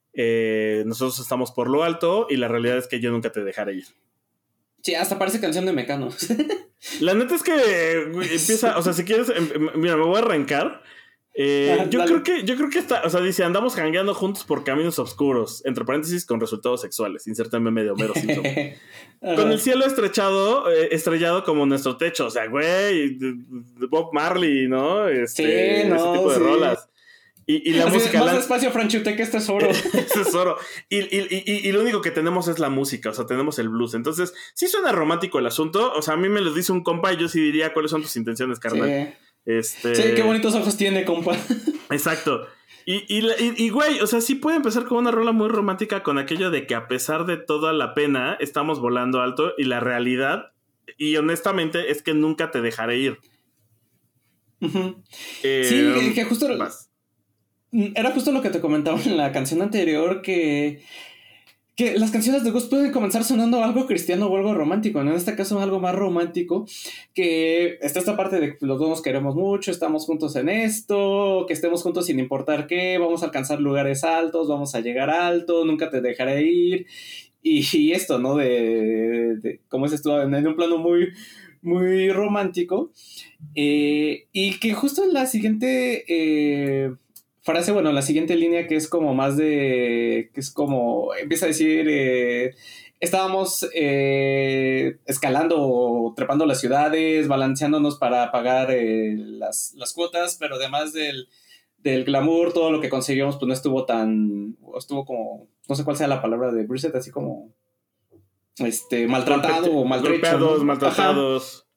eh, nosotros estamos por lo alto y la realidad es que yo nunca te dejaré ir. Sí, hasta parece canción de Mecano. La neta es que empieza, o sea, si quieres, mira, me voy a arrancar. Eh, ah, yo dale. creo que, yo creo que está, o sea, dice, andamos jangueando juntos por caminos oscuros, entre paréntesis, con resultados sexuales. Insértame medio Homero Simpson. Con el cielo estrechado, eh, estrellado como nuestro techo. O sea, güey, Bob Marley, ¿no? Este, sí, no, ese tipo de sí. rolas. Y, y la Así música... Más la... despacio, Franchute, que es tesoro. es tesoro. Y, y, y, y lo único que tenemos es la música, o sea, tenemos el blues. Entonces, sí suena romántico el asunto. O sea, a mí me lo dice un compa y yo sí diría cuáles son tus intenciones, carnal. Sí. Este... sí, qué bonitos ojos tiene, compa. Exacto. Y, y, y, y, güey, o sea, sí puede empezar con una rola muy romántica con aquello de que a pesar de toda la pena, estamos volando alto y la realidad, y honestamente, es que nunca te dejaré ir. Uh-huh. Eh, sí, que justo... Más. Era justo lo que te comentaba en la canción anterior, que, que las canciones de Ghost pueden comenzar sonando algo cristiano o algo romántico, ¿no? En este caso algo más romántico, que está esta parte de que los dos nos queremos mucho, estamos juntos en esto, que estemos juntos sin importar qué, vamos a alcanzar lugares altos, vamos a llegar alto, nunca te dejaré ir, y, y esto, ¿no? De, de como dices tú, en un plano muy, muy romántico, eh, y que justo en la siguiente... Eh, frase, bueno, la siguiente línea que es como más de, que es como, empieza a decir, eh, estábamos eh, escalando o trepando las ciudades, balanceándonos para pagar eh, las, las cuotas, pero además del, del glamour, todo lo que conseguimos, pues no estuvo tan, estuvo como, no sé cuál sea la palabra de Brissett, así como, este, maltratado Golpe, o maltrecho. Golpeados, ¿no? maltratados. Ajá.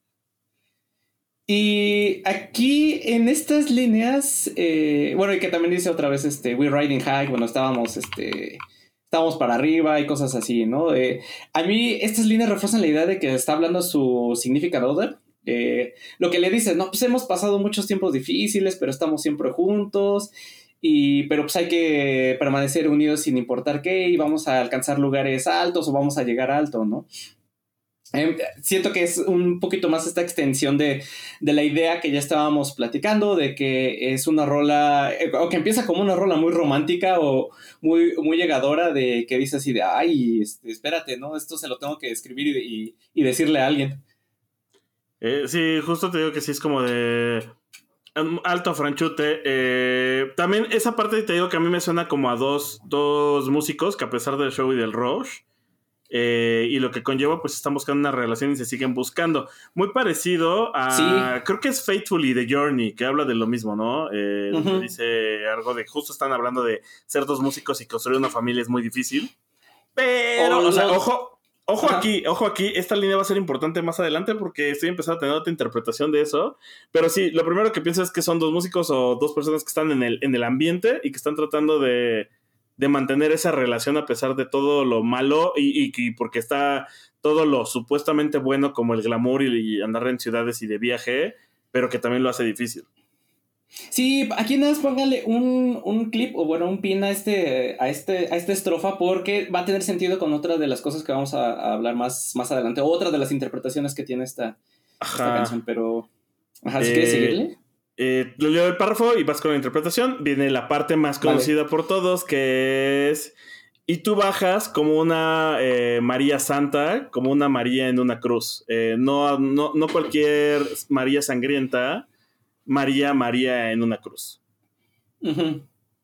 Y aquí en estas líneas, eh, bueno, y que también dice otra vez, este, we're riding high, bueno, estábamos, este, estábamos para arriba y cosas así, ¿no? Eh, a mí estas líneas refuerzan la idea de que está hablando su significant other. Eh, lo que le dice, no, pues hemos pasado muchos tiempos difíciles, pero estamos siempre juntos, y, pero pues hay que permanecer unidos sin importar qué, y vamos a alcanzar lugares altos o vamos a llegar alto, ¿no? Eh, siento que es un poquito más esta extensión de, de la idea que ya estábamos platicando, de que es una rola, eh, o que empieza como una rola muy romántica o muy, muy llegadora, de que dice así de, ay, este, espérate, ¿no? Esto se lo tengo que escribir y, y, y decirle a alguien. Eh, sí, justo te digo que sí es como de um, alto franchute. Eh, también esa parte te digo que a mí me suena como a dos, dos músicos que a pesar del show y del rush, Eh, y lo que conlleva, pues están buscando una relación y se siguen buscando. Muy parecido a... Sí. Creo que es Faithfully de Journey, que habla de lo mismo, ¿no? Eh, uh-huh. Dice algo de... Justo están hablando de ser dos músicos y construir una familia es muy difícil. Pero, oh, o sea, ojo... Ojo Ajá. aquí, ojo aquí, esta línea va a ser importante más adelante porque estoy empezando a tener otra interpretación de eso. Pero sí, lo primero que pienso es que son dos músicos o dos personas que están en el, en el ambiente y que están tratando de... de mantener esa relación a pesar de todo lo malo y, y, y porque está todo lo supuestamente bueno como el glamour y, y andar en ciudades y de viaje, pero que también lo hace difícil. Sí, aquí nada más póngale un, un clip o bueno, un pin a, este, a, este, a esta estrofa porque va a tener sentido con otra de las cosas que vamos a, a hablar más, más adelante, o otra de las interpretaciones que tiene esta, esta canción, pero... Ajá, ¿sí eh... quieres seguirle? Eh, lo leo el párrafo y vas con la interpretación. Viene la parte más conocida vale. por todos, que es: y tú bajas como una eh, María Santa, como una María en una cruz. Eh, no, no, no cualquier María sangrienta, María, María en una cruz. Uh-huh.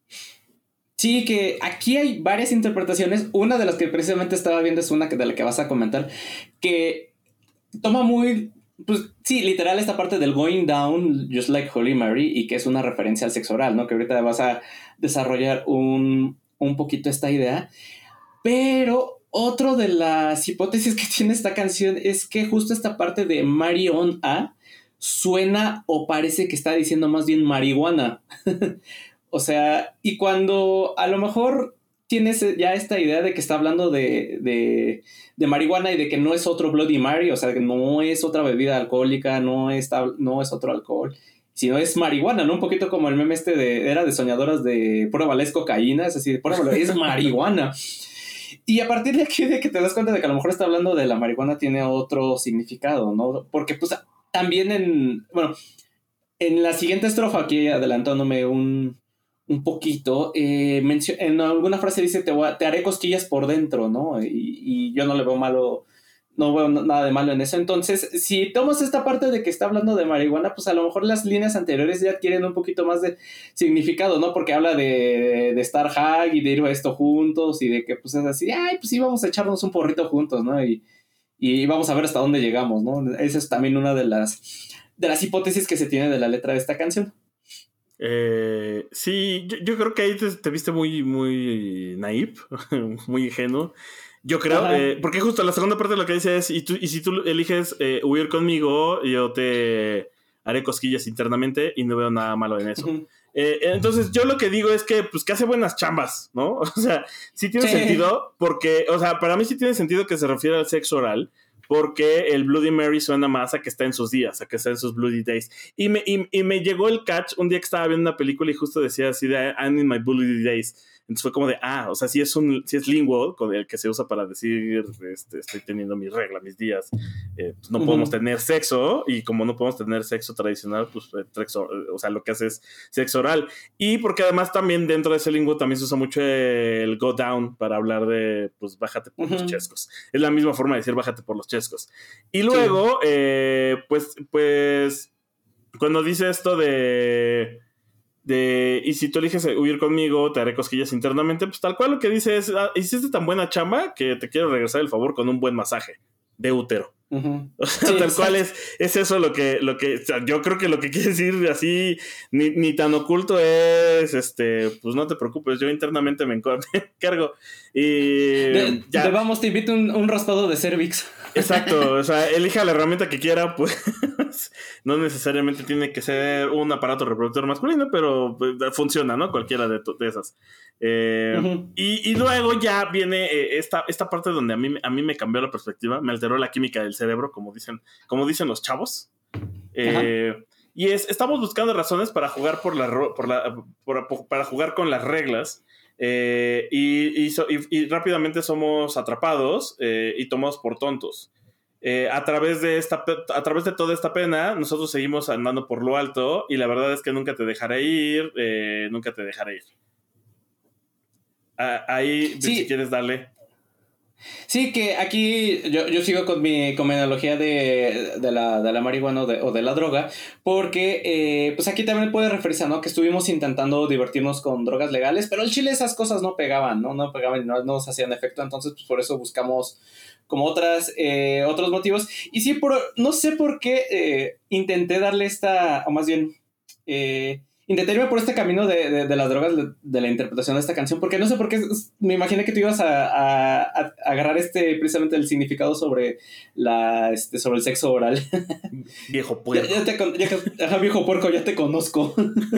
Sí, que aquí hay varias interpretaciones. Una de las que precisamente estaba viendo es una que, de la que vas a comentar, que toma muy... Pues sí, literal esta parte del going down just like Holy Mary y que es una referencia al sexo oral, ¿no? Que ahorita vas a desarrollar un, un poquito esta idea. Pero otro de las hipótesis que tiene esta canción es que justo esta parte de Mary on a suena o parece que está diciendo más bien marihuana. O sea, y cuando a lo mejor tienes ya esta idea de que está hablando de, de, de marihuana y de que no es otro Bloody Mary, o sea, que no es otra bebida alcohólica, no es, no es otro alcohol, sino es marihuana, ¿no? Un poquito como el meme este de, era de soñadoras de pruébala, es cocaína, es así, pruébala, es marihuana. Y a partir de aquí, de que te das cuenta de que a lo mejor está hablando de la marihuana, tiene otro significado, ¿no? Porque pues también en, bueno, en la siguiente estrofa, aquí adelantándome un... un poquito, eh, mencio- en alguna frase dice te, voy a, te haré cosquillas por dentro, ¿no? Y, y yo no le veo malo, no veo nada de malo en eso. Entonces, si tomas esta parte de que está hablando de marihuana, pues a lo mejor las líneas anteriores ya adquieren un poquito más de significado, ¿no? Porque habla de, de estar high y de ir a esto juntos y de que pues es así, ay, pues sí, vamos a echarnos un porrito juntos, ¿no? Y, y vamos a ver hasta dónde llegamos, ¿no? Esa es también una de las, de las hipótesis que se tiene de la letra de esta canción. Eh, sí, yo, yo creo que ahí te, te viste muy, muy naive, muy ingenuo. Yo creo, eh, porque justo la segunda parte de lo que dice es: y, tú, y si tú eliges eh, huir conmigo, yo te haré cosquillas internamente y no veo nada malo en eso. Uh-huh. Eh, entonces, yo lo que digo es que, pues, que hace buenas chambas, ¿no? O sea, sí tiene sí. sentido, porque, o sea, para mí sí tiene sentido que se refiere al sexo oral. Porque el Bloody Mary suena más a que está en sus días, a que está en sus Bloody Days. Y me, y, y me llegó el catch un día que estaba viendo una película y justo decía así de I'm in my Bloody Days. Entonces fue como de, ah, o sea, sí es un sí es lingual, con el que se usa para decir, este, estoy teniendo mi regla, mis días. Eh, pues no uh-huh. podemos tener sexo, y como no podemos tener sexo tradicional, pues, sexo, o sea, lo que hace es sexo oral. Y porque además también dentro de ese lingual también se usa mucho el go down para hablar de, pues, bájate por uh-huh. los chescos. Es la misma forma de decir bájate por los chescos. Y luego, sí. eh, pues, pues, cuando dice esto de... de y si tú eliges huir conmigo, te haré cosquillas internamente, pues tal cual lo que dice es: ah, hiciste tan buena chamba que te quiero regresar el favor con un buen masaje de útero. Uh-huh. O sea, sí, tal exacto. cual es, es eso lo que, lo que o sea, yo creo que lo que quiere decir así, ni, ni tan oculto es, este, pues no te preocupes, yo internamente me encargo. Y de, ya. De vamos, te invito un, un raspado de cervix. Exacto, o sea, elija la herramienta que quiera, pues no necesariamente tiene que ser un aparato reproductor masculino, pero pues, funciona, ¿no? Cualquiera de, de esas. Eh, uh-huh. y, y luego ya viene eh, esta, esta parte donde a mí, a mí me cambió la perspectiva, me alteró la química del cerebro, como dicen, como dicen los chavos. Eh, uh-huh. Y es, estamos buscando razones para jugar por la, por la por, por, para jugar con las reglas. Eh, y, y, so, y, y rápidamente somos atrapados eh, y tomados por tontos. Eh, a través de esta, a través de toda esta pena, nosotros seguimos andando por lo alto y la verdad es que nunca te dejaré ir, eh, nunca te dejaré ir. Ah, ahí, sí. Si quieres darle. Sí, que aquí yo, yo sigo con mi, con mi analogía de, de, la, de la marihuana o de, o de la droga, porque eh, pues aquí también puede referirse, ¿no? Que estuvimos intentando divertirnos con drogas legales, pero en Chile esas cosas no pegaban, ¿no? No pegaban y no nos hacían efecto, entonces pues por eso buscamos como otras, eh, otros motivos. Y sí, por, no sé por qué eh, intenté darle esta, o más bien... Eh, Intenté irme por este camino de, de, de las drogas, de, de la interpretación de esta canción, porque no sé por qué me imaginé que tú ibas a, a, a agarrar este precisamente el significado sobre la este, sobre el sexo oral. Viejo puerco. Ya, ya te, ya, ajá, viejo puerco, ya te conozco.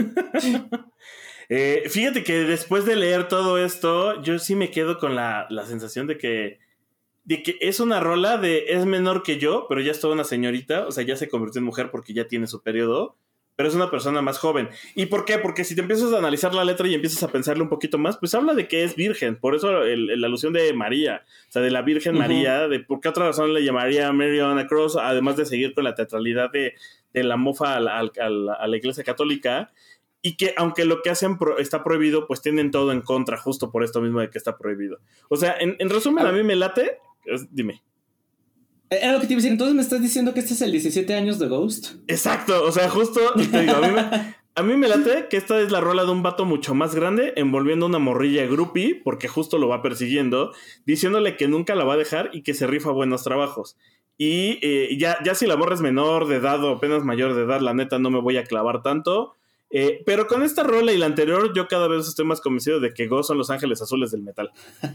eh, fíjate que después de leer todo esto, yo sí me quedo con la, la sensación de que, de que es una rola de es menor que yo, pero ya es toda una señorita, o sea, ya se convirtió en mujer porque ya tiene su periodo. Pero es una persona más joven. ¿Y por qué? Porque si te empiezas a analizar la letra y empiezas a pensarle un poquito más, pues habla de que es virgen. Por eso el, el, la alusión de María. O sea, de la Virgen uh-huh. María. De por qué otra razón le llamaría Mary on a Cross. Además de seguir con la teatralidad de, de la mofa a la, a, la, a la Iglesia Católica. Y que aunque lo que hacen pro, está prohibido, pues tienen todo en contra. Justo por esto mismo de que está prohibido. O sea, en, en resumen, a, a mí me late. Es, dime. Era lo que te iba a decir. Entonces me estás diciendo que este es el diecisiete años de Ghost. Exacto, o sea, justo te digo, a mí, me, a mí me late que esta es la rola de un vato mucho más grande envolviendo a una morrilla groupie, porque justo lo va persiguiendo, diciéndole que nunca la va a dejar y que se rifa buenos trabajos. Y eh, ya, ya si la morra es menor de edad o apenas mayor de edad, la neta no me voy a clavar tanto. Eh, pero con esta rola y la anterior, yo cada vez estoy más convencido de que Ghost son los ángeles azules del metal.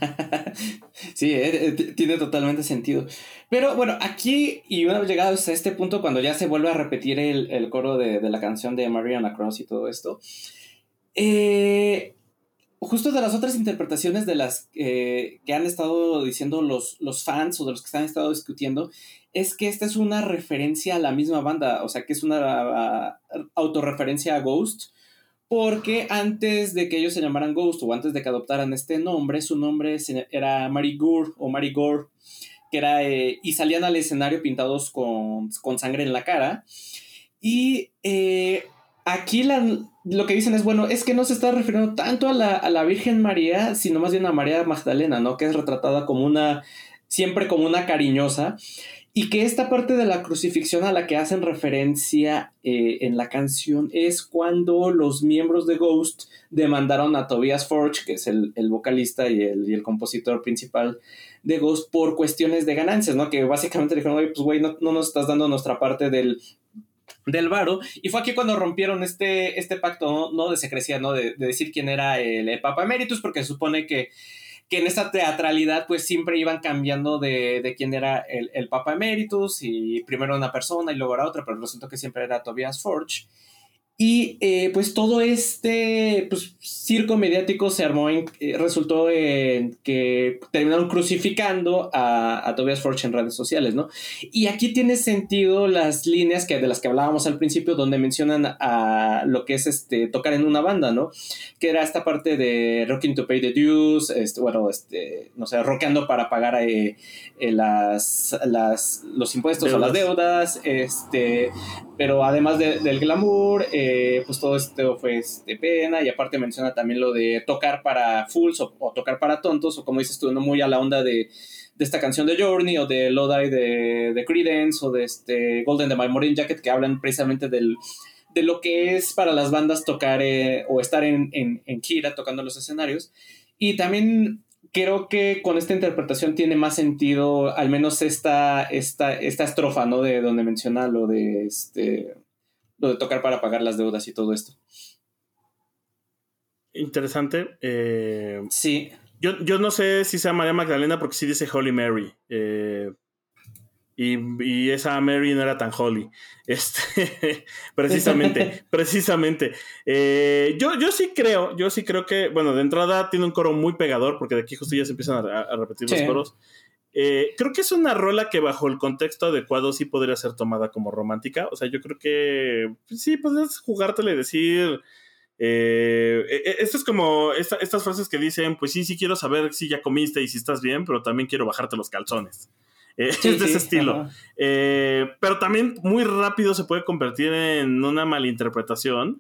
Sí, eh, t- tiene totalmente sentido. Pero bueno, aquí, y una vez llegados a este punto, cuando ya se vuelve a repetir el, el coro de, de la canción de Mary on a Cross y todo esto, eh, justo de las otras interpretaciones de las eh, que han estado diciendo los, los fans o de los que se han estado discutiendo, es que esta es una referencia a la misma banda, o sea, que es una uh, autorreferencia a Ghost, porque antes de que ellos se llamaran Ghost o antes de que adoptaran este nombre, su nombre era Mary Gore o Mary Gore, que era, eh, y salían al escenario pintados con, con sangre en la cara, y eh, aquí la, lo que dicen es, bueno, es que no se está refiriendo tanto a la, a la Virgen María, sino más bien a María Magdalena, ¿no? Que es retratada como una, siempre como una cariñosa, y que esta parte de la crucifixión a la que hacen referencia eh, en la canción es cuando los miembros de Ghost demandaron a Tobias Forge, que es el, el vocalista y el, y el compositor principal de Ghost, por cuestiones de ganancias, ¿no? Que básicamente dijeron, oye, pues güey, no, no nos estás dando nuestra parte del... del varo, y fue aquí cuando rompieron este, este pacto, ¿no? ¿no? de secrecía, ¿no? De, de decir quién era el, el Papa Emeritus, porque se supone que, que en esta teatralidad pues siempre iban cambiando de, de quién era el, el Papa Emeritus, y primero una persona y luego era otra, pero resultó que siempre era Tobias Forge. Y eh, pues todo este pues, circo mediático se armó en, eh, resultó en que terminaron crucificando a, a Tobias Forge en redes sociales, ¿no? Y aquí tiene sentido las líneas que, de las que hablábamos al principio, donde mencionan a lo que es este tocar en una banda, ¿no? Que era esta parte de rocking to pay the dues, este, bueno, este, no sé, rockeando para pagar eh, eh, las, las, los impuestos deudas. O las deudas, este, pero además de, del glamour, eh, Eh, pues todo esto fue de pena, y aparte menciona también lo de tocar para fools o, o tocar para tontos, o como dices tú, no muy a la onda de, de esta canción de Journey o de Lodi de, de Creedence o de este Golden de My Morning Jacket, que hablan precisamente del, de lo que es para las bandas tocar eh, o estar en, en, en gira tocando los escenarios. Y también creo que con esta interpretación tiene más sentido al menos esta, esta, esta estrofa, ¿no? De donde menciona lo de este lo de tocar para pagar las deudas y todo esto. Interesante. Eh, sí. Yo, yo no sé si sea María Magdalena, porque sí dice Holy Mary. Eh, y, y esa Mary no era tan holy. Este, precisamente, precisamente. Eh, yo, yo sí creo, yo sí creo que, bueno, de entrada tiene un coro muy pegador, porque de aquí justo ya se empiezan a, a repetir sí. los coros. Eh, creo que es una rola que bajo el contexto adecuado sí podría ser tomada como romántica. O sea, yo creo que sí podrías jugártela y decir eh, esto es como esta, estas frases que dicen, pues sí, sí quiero saber si ya comiste y si estás bien, pero también quiero bajarte los calzones. Eh, sí, es de sí, ese estilo. Eh, pero también muy rápido se puede convertir en una malinterpretación.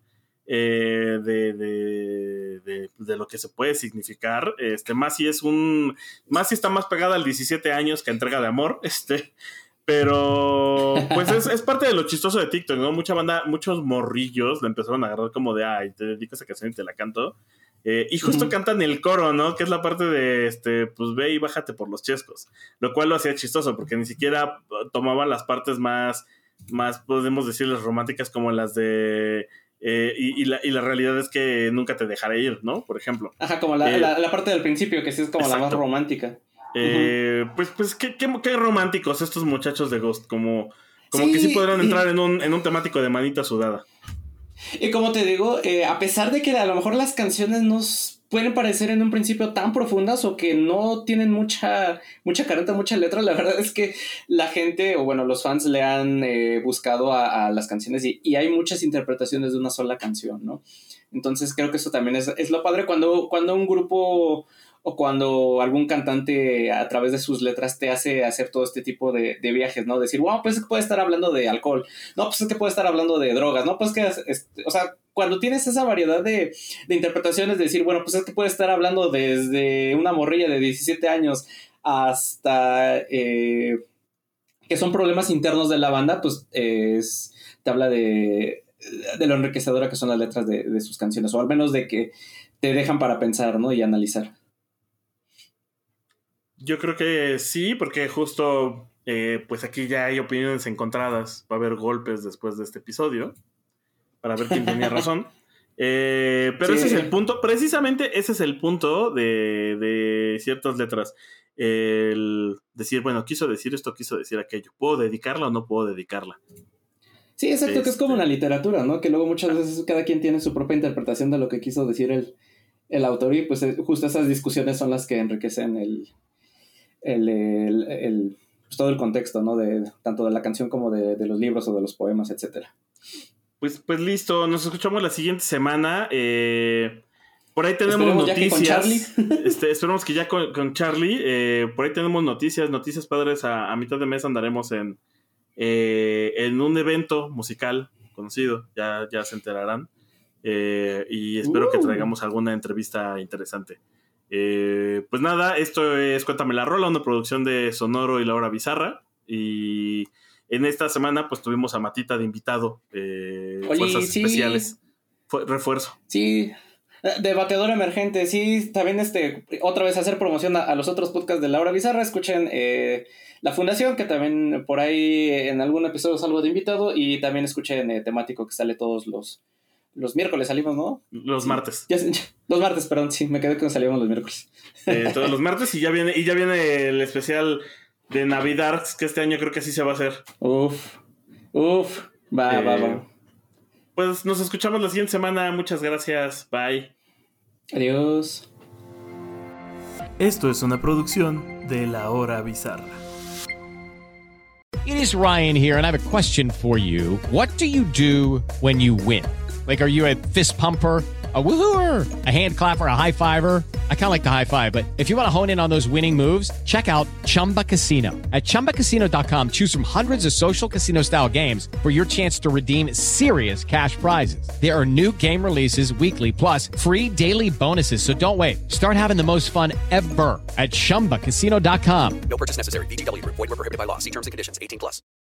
eh, de, de, de, de lo que se puede significar. Este, Masi es un... Masi está más pegada al diecisiete años que a Entrega de Amor, este... Pero, pues es, es parte de lo chistoso de TikTok, ¿no? Mucha banda, muchos morrillos le empezaron a agarrar como de, ay, te dedico a esa canción y te la canto. Eh, y justo uh-huh. cantan el coro, ¿no? Que es la parte de, este, pues ve y bájate por los chescos. Lo cual lo hacía chistoso, porque ni siquiera tomaban las partes más, más podemos decirles, románticas, como las de... Eh, y, y, la, y la realidad es que nunca te dejaré ir, ¿no? Por ejemplo. Ajá, como la, eh, la, la parte del principio, que sí es como exacto. La más romántica. Eh, uh-huh. Pues, pues qué, qué, qué románticos estos muchachos de Ghost, como, como sí, que sí podrán entrar y... en, un, en un temático de manita sudada. Y como te digo, eh, a pesar de que a lo mejor las canciones no pueden parecer en un principio tan profundas o que no tienen mucha, mucha careta, mucha letra, la verdad es que la gente, o bueno, los fans le han eh, buscado a, a las canciones y, y hay muchas interpretaciones de una sola canción, ¿no? Entonces creo que eso también es, es lo padre cuando, cuando un grupo... o cuando algún cantante a través de sus letras te hace hacer todo este tipo de, de viajes, ¿no? Decir, wow, pues es que puede estar hablando de alcohol, no, pues es que puede estar hablando de drogas, no, pues que, es, es, o sea, cuando tienes esa variedad de, de interpretaciones, de decir, bueno, pues es que puede estar hablando desde una morrilla de diecisiete años hasta eh, que son problemas internos de la banda, pues es, te habla de, de lo enriquecedora que son las letras de, de sus canciones, o al menos de que te dejan para pensar, ¿no? Y analizar. Yo creo que sí, porque justo eh, pues aquí ya hay opiniones encontradas. Va a haber golpes después de este episodio para ver quién tenía razón. Eh, pero sí. Ese es el punto, precisamente ese es el punto de, de ciertas letras. El decir, bueno, quiso decir esto, quiso decir aquello. ¿Puedo dedicarla o no puedo dedicarla? Sí, exacto, este... que es como una literatura, ¿no? Que luego muchas veces cada quien tiene su propia interpretación de lo que quiso decir el, el autor y pues justo esas discusiones son las que enriquecen el... El, el, el, pues todo el contexto, ¿no? De, tanto de la canción como de, de los libros o de los poemas, etcétera. Pues, pues listo, nos escuchamos la siguiente semana. Eh, por ahí tenemos esperemos noticias. Ya que con Charlie. este, esperemos que ya con, con Charlie. Eh, por ahí tenemos noticias, noticias padres. A, a mitad de mes andaremos en, eh, en un evento musical conocido. Ya, ya se enterarán. Eh, y espero uh. que traigamos alguna entrevista interesante. Eh, pues nada, esto es Cuéntame la Rola, una producción de Sonoro y La Hora Bizarra. Y en esta semana pues tuvimos a Matita de invitado, eh, Oye, Fuerzas sí. Especiales. Fue refuerzo. Sí, debatedor emergente. Sí, también este otra vez hacer promoción a, a los otros podcasts de La Hora Bizarra. Escuchen eh, La Fundación, que también por ahí en algún episodio salgo de invitado. Y también escuchen eh, Temático, que sale todos los Los miércoles salimos, ¿no? Los sí. martes. Ya, los martes, perdón, sí, me quedé con salíamos los miércoles. Eh, todos los martes y ya viene y ya viene el especial de Navidad, que este año creo que sí se va a hacer. Uf, uf, va, eh, va, va. Pues nos escuchamos la siguiente semana. Muchas gracias. Bye. Adiós. Esto es una producción de La Hora Bizarra. It is Ryan here, and I have a question for you. What do you do when you win? Like, are you a fist pumper, a woo-hooer, a hand clapper, a high fiver? I kind of like the high five, but if you want to hone in on those winning moves, check out Chumba Casino. At chumba casino dot com, choose from hundreds of social casino-style games for your chance to redeem serious cash prizes. There are new game releases weekly, plus free daily bonuses, so don't wait. Start having the most fun ever at chumba casino dot com. No purchase necessary. V G W. Void where prohibited by law. See terms and conditions. eighteen plus.